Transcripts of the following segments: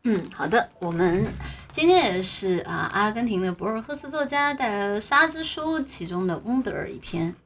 好的，我们今天也是阿根廷的博尔赫斯作家带来了《沙之书》其中的翁德尔一篇。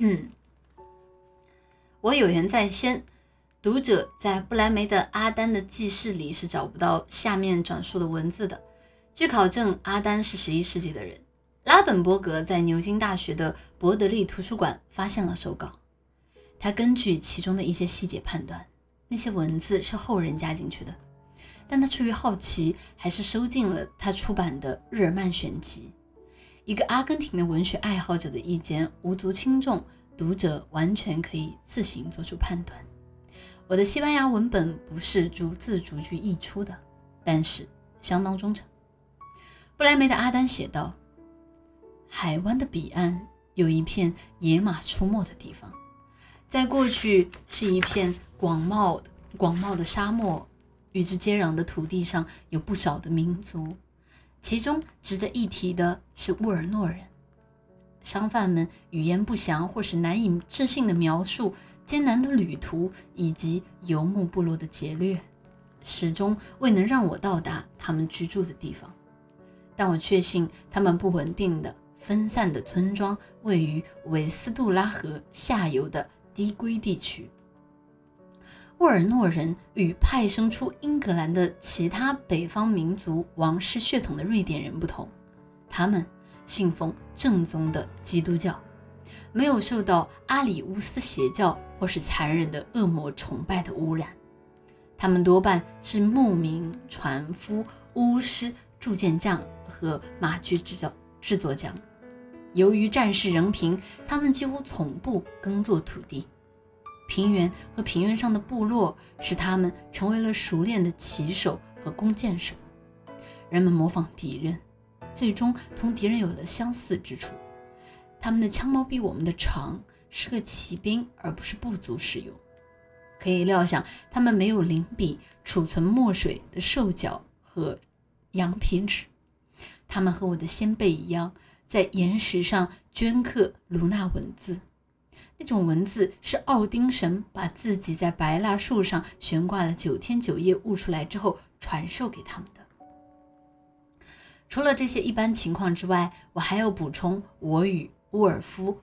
我有言在先，读者在布莱梅的《阿丹的记事》里是找不到下面转述的文字的。据考证，阿丹是11世纪的人。拉本伯格在牛津大学的伯德利图书馆发现了手稿，他根据其中的一些细节判断，那些文字是后人加进去的。但他出于好奇，还是收进了他出版的《日耳曼选集》。一个阿根廷的文学爱好者的意见无足轻重，读者完全可以自行做出判断。我的西班牙文本不是逐字逐句译出的，但是相当忠诚。布莱梅的阿丹写道：海湾的彼岸有一片野马出没的地方，在过去是一片广袤的沙漠，与之接壤的土地上有不少的民族，其中值得一提的是乌尔诺人。商贩们语言不详或是难以置信地描述艰难的旅途以及游牧部落的劫掠，始终未能让我到达他们居住的地方。但我确信他们不稳定的分散的村庄位于韦斯杜拉河下游的低龟地区。沃尔诺人与派生出英格兰的其他北方民族王室血统的瑞典人不同，他们信奉正宗的基督教，没有受到阿里乌斯邪教或是残忍的恶魔崇拜的污染。他们多半是牧民、船夫、巫师、铸剑匠和马具制作匠。由于战事仍平，他们几乎从不耕作土地。平原和平原上的部落使他们成为了熟练的骑手和弓箭手。人们模仿敌人，最终同敌人有了相似之处。他们的枪矛比我们的长，适合骑兵而不是部族使用。可以料想，他们没有灵笔储存墨水的兽脚和羊皮纸。他们和我的先辈一样，在岩石上镌刻卢纳文字。那种文字是奥丁神把自己在白蜡树上悬挂了9天9夜悟出来之后传授给他们的。除了这些一般情况之外，我还要补充我与乌尔夫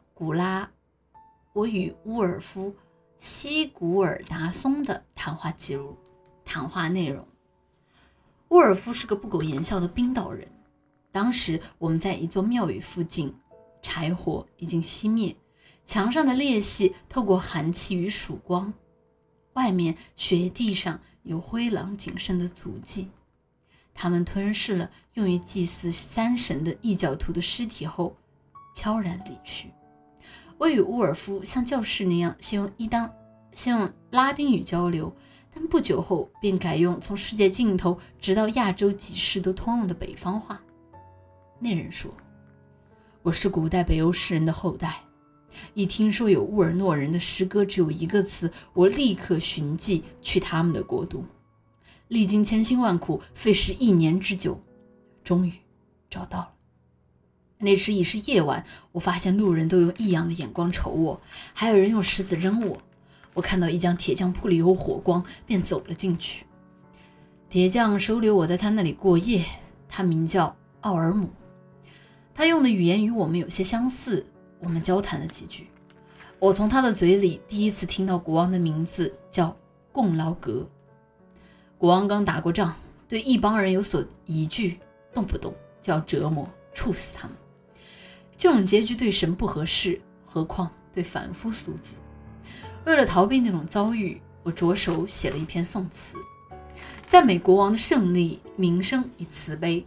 西古尔达松的谈话记录。谈话内容：乌尔夫是个不苟言笑的冰岛人。当时我们在一座庙宇附近，柴火已经熄灭，墙上的裂隙透过寒气与曙光，外面雪地上有灰狼仅剩的足迹。他们吞噬了用于祭祀三神的异教徒的尸体后悄然离去。我与乌尔夫像教士那样先用拉丁语交流，但不久后便改用从世界尽头直到亚洲几世都通用的北方话。那人说：我是古代北欧诗人的后代，一听说有乌尔诺人的诗歌只有一个词，我立刻寻迹去他们的国度，历经千辛万苦，费时1年之久，终于找到了。那时已是夜晚，我发现路人都用异样的眼光瞅我，还有人用石子扔我。我看到一将铁匠铺里有火光，便走了进去。铁匠收留我在他那里过夜，他名叫奥尔姆。他用的语言与我们有些相似，我们交谈了几句。我从他的嘴里第一次听到国王的名字叫贡劳格。国王刚打过仗，对一帮人有所疑惧，动不动就要折磨处死他们。这种结局对神不合适，何况对凡夫俗子。为了逃避那种遭遇，我着手写了一篇颂词，赞美国王的胜利、名声与慈悲。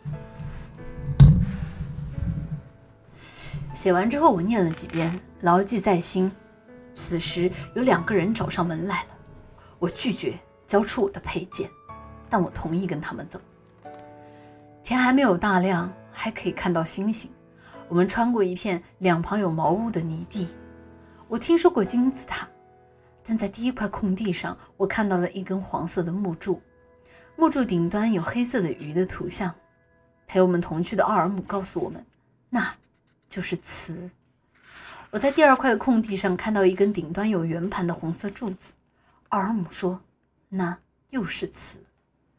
写完之后我念了几遍，牢记在心。此时有2个人找上门来了，我拒绝交出我的佩剑，但我同意跟他们走。天还没有大亮，还可以看到星星。我们穿过一片两旁有茅屋的泥地。我听说过金字塔，但在第一块空地上，我看到了一根黄色的木柱，木柱顶端有黑色的鱼的图像。陪我们同去的奥尔姆告诉我们，那就是瓷。我在第2块的空地上看到一根顶端有圆盘的红色柱子。奥尔姆说，那又是瓷。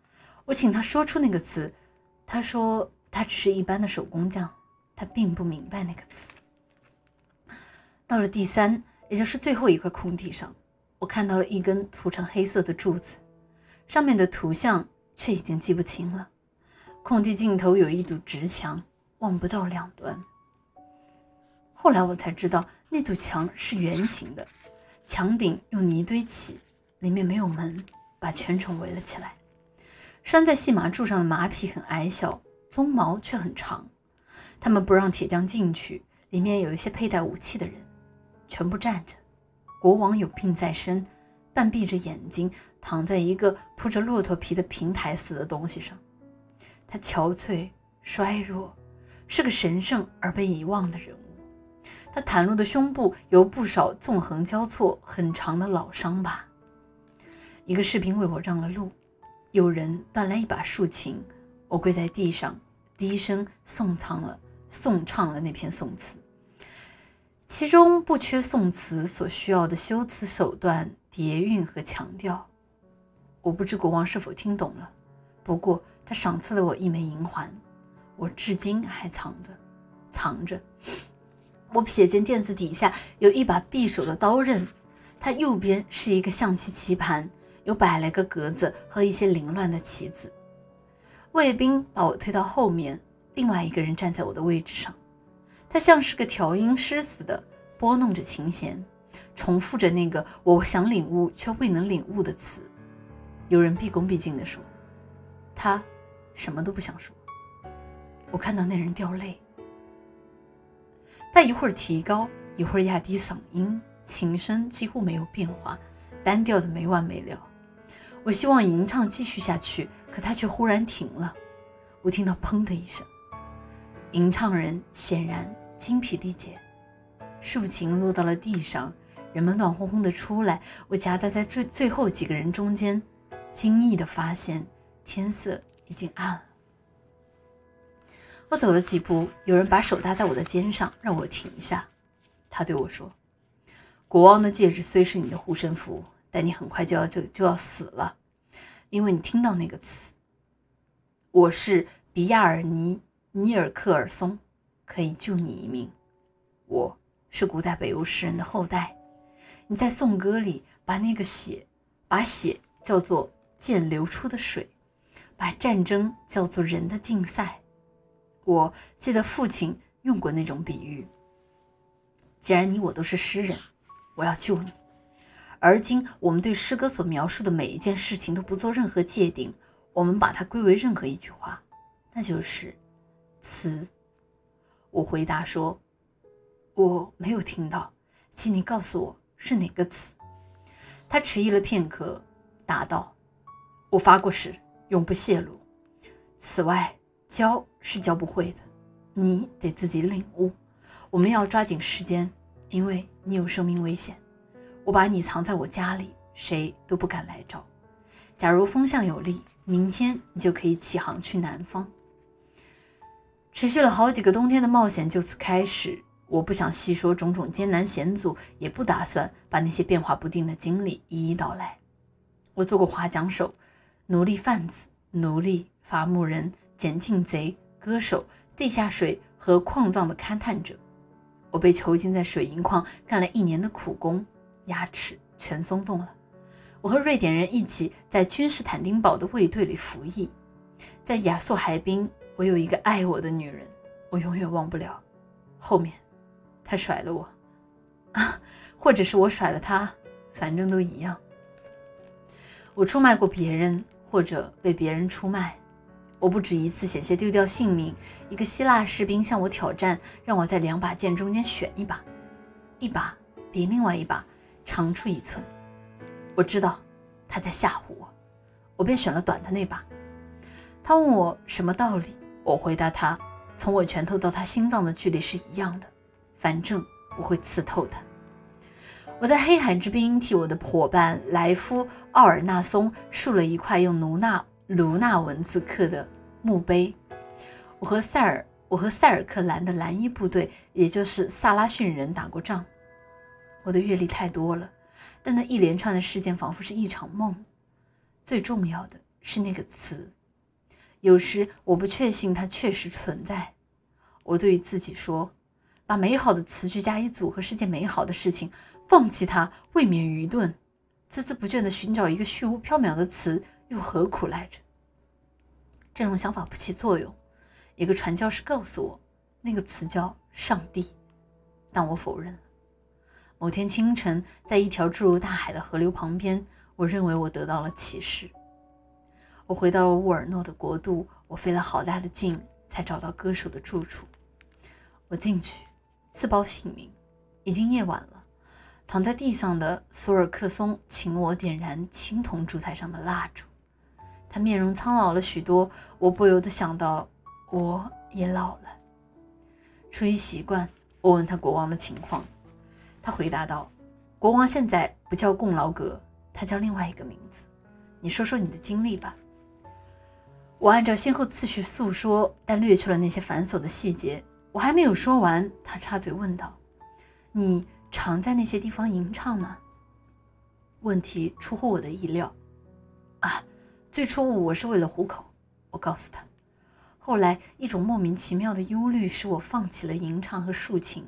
我请他说出那个词，他说他只是一般的手工匠，他并不明白那个词。到了第3，也就是最后一块空地上，我看到了一根涂成黑色的柱子，上面的图像却已经记不清了。空地尽头有一堵直墙，望不到两端。后来我才知道，那堵墙是圆形的，墙顶用泥堆起，里面没有门，把全城围了起来。拴在细麻柱上的马匹很矮小，鬃毛却很长，他们不让铁匠进去，里面有一些佩戴武器的人，全部站着。国王有病在身，半闭着眼睛，躺在一个铺着骆驼皮的平台似的东西上。他憔悴衰弱，是个神圣而被遗忘的人物。他袒露的胸部有不少纵横交错很长的老伤疤。一个士兵为我让了路，有人端来一把竖琴，我跪在地上，低声颂唱了那篇颂词，其中不缺颂词所需要的修辞手段、叠韵和强调。我不知国王是否听懂了，不过他赏赐了我一枚银环，我至今还藏着。我瞥见垫子底下有一把匕首的刀刃，它右边是一个象棋棋盘，有摆来个格子和一些凌乱的棋子。卫兵把我推到后面，另外一个人站在我的位置上，他像是个调音师似的拨弄着琴弦，重复着那个我想领悟却未能领悟的词。有人毕恭毕敬地说，他什么都不想说。我看到那人掉泪，他一会儿提高，一会儿压低嗓音，琴声几乎没有变化，单调的没完没了。我希望吟唱继续下去，可他却忽然停了。我听到砰的一声，吟唱人显然精疲力竭，竖琴落到了地上，人们乱哄哄地出来。我夹杂在最后几个人中间，惊异地发现天色已经暗了。我走了几步，有人把手搭在我的肩上，让我停下。他对我说，国王的戒指虽是你的护身符，但你很快就要死了，因为你听到那个词。我是比亚尔尼尔克尔松，可以救你一命。我是古代北欧诗人的后代。你在颂歌里把血叫做剑流出的水，把战争叫做人的竞赛。我记得父亲用过那种比喻。既然你我都是诗人，我要救你。而今我们对诗歌所描述的每一件事情都不做任何界定，我们把它归为任何一句话，那就是词。我回答说，我没有听到，请你告诉我是哪个词。他迟疑了片刻，答道，我发过誓，永不泄露。此外，教是教不会的，你得自己领悟。我们要抓紧时间，因为你有生命危险。我把你藏在我家里，谁都不敢来找。假如风向有利，明天你就可以起航去南方。持续了好几个冬天的冒险就此开始。我不想细说种种艰难险阻，也不打算把那些变化不定的经历一一道来。我做过划桨手、奴隶贩子、奴隶、伐木人、捡进贼、歌手、地下水和矿藏的勘探者。我被囚禁在水银矿，干了1年的苦工，牙齿全松动了。我和瑞典人一起在君士坦丁堡的卫队里服役。在亚速海滨，我有一个爱我的女人，我永远忘不了。后面他甩了我或者是我甩了他，反正都一样。我出卖过别人，或者被别人出卖。我不止一次险些丢掉性命。一个希腊士兵向我挑战，让我在2把剑中间选一把，一把比另外一把长出1寸。我知道他在吓唬我，我便选了短的那把。他问我什么道理，我回答他，从我拳头到他心脏的距离是一样的，反正我会刺透他。我在黑海之滨替我的伙伴莱夫·奥尔纳松竖了一块用卢纳文字刻的墓碑。我和塞尔克兰的蓝衣部队，也就是萨拉逊人打过仗。我的阅历太多了，但那一连串的事件仿佛是一场梦。最重要的是那个词， 有时我不确信它确实存在。我对于自己说，把美好的词句加以组合是件美好的事情，放弃它未免愚钝。孜孜不倦地寻找一个虚无缥缈的词，又何苦来着？这种想法不起作用。一个传教士告诉我，那个词叫上帝，但我否认了。某天清晨，在一条注入大海的河流旁边，我认为我得到了启示。我回到了沃尔诺的国度，我费了好大的劲才找到歌手的住处。我进去，自报姓名。已经夜晚了，躺在地上的索尔克松请我点燃青铜烛台上的蜡烛。他面容苍老了许多，我不由得想到我也老了。出于习惯，我问他国王的情况。他回答道，国王现在不叫贡劳格，他叫另外一个名字。你说说你的经历吧。我按照先后次序诉说，但略去了那些繁琐的细节。我还没有说完，他插嘴问道，你常在那些地方吟唱吗？问题出乎我的意料。最初我是为了糊口，我告诉他。后来一种莫名其妙的忧虑使我放弃了吟唱和抒情。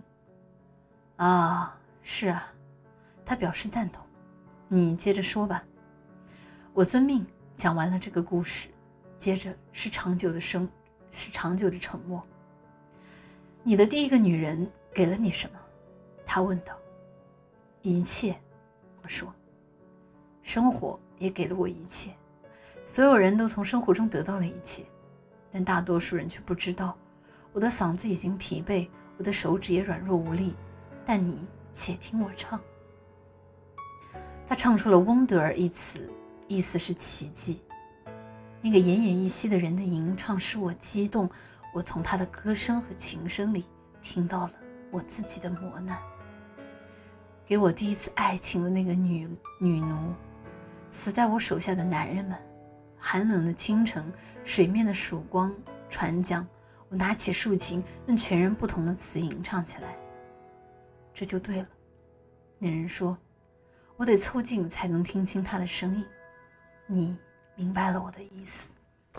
是啊，他表示赞同。你接着说吧。我遵命讲完了这个故事，接着是长久的沉默。你的第一个女人给了你什么？他问道。一切，我说。生活也给了我一切，所有人都从生活中得到了一切，但大多数人却不知道。我的嗓子已经疲惫，我的手指也软弱无力，但你且听我唱。他唱出了翁德尔一词，意思是奇迹。那个奄奄一息的人的吟唱使我激动，我从他的歌声和琴声里听到了我自己的磨难。给我第一次爱情的那个女奴，死在我手下的男人们，寒冷的清晨，水面的曙光，船桨，我拿起竖琴，用全然不同的词吟唱起来。这就对了，那人说，我得凑近才能听清他的声音。你明白了我的意思。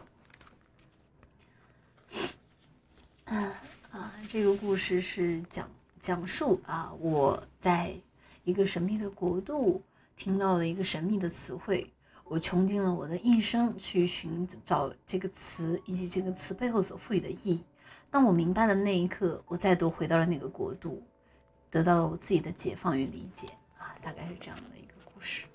这个故事是讲述我在一个神秘的国度听到了一个神秘的词汇，我穷尽了我的一生去寻找这个词以及这个词背后所赋予的意义。当我明白的那一刻，我再度回到了那个国度，得到了我自己的解放与理解大概是这样的一个故事。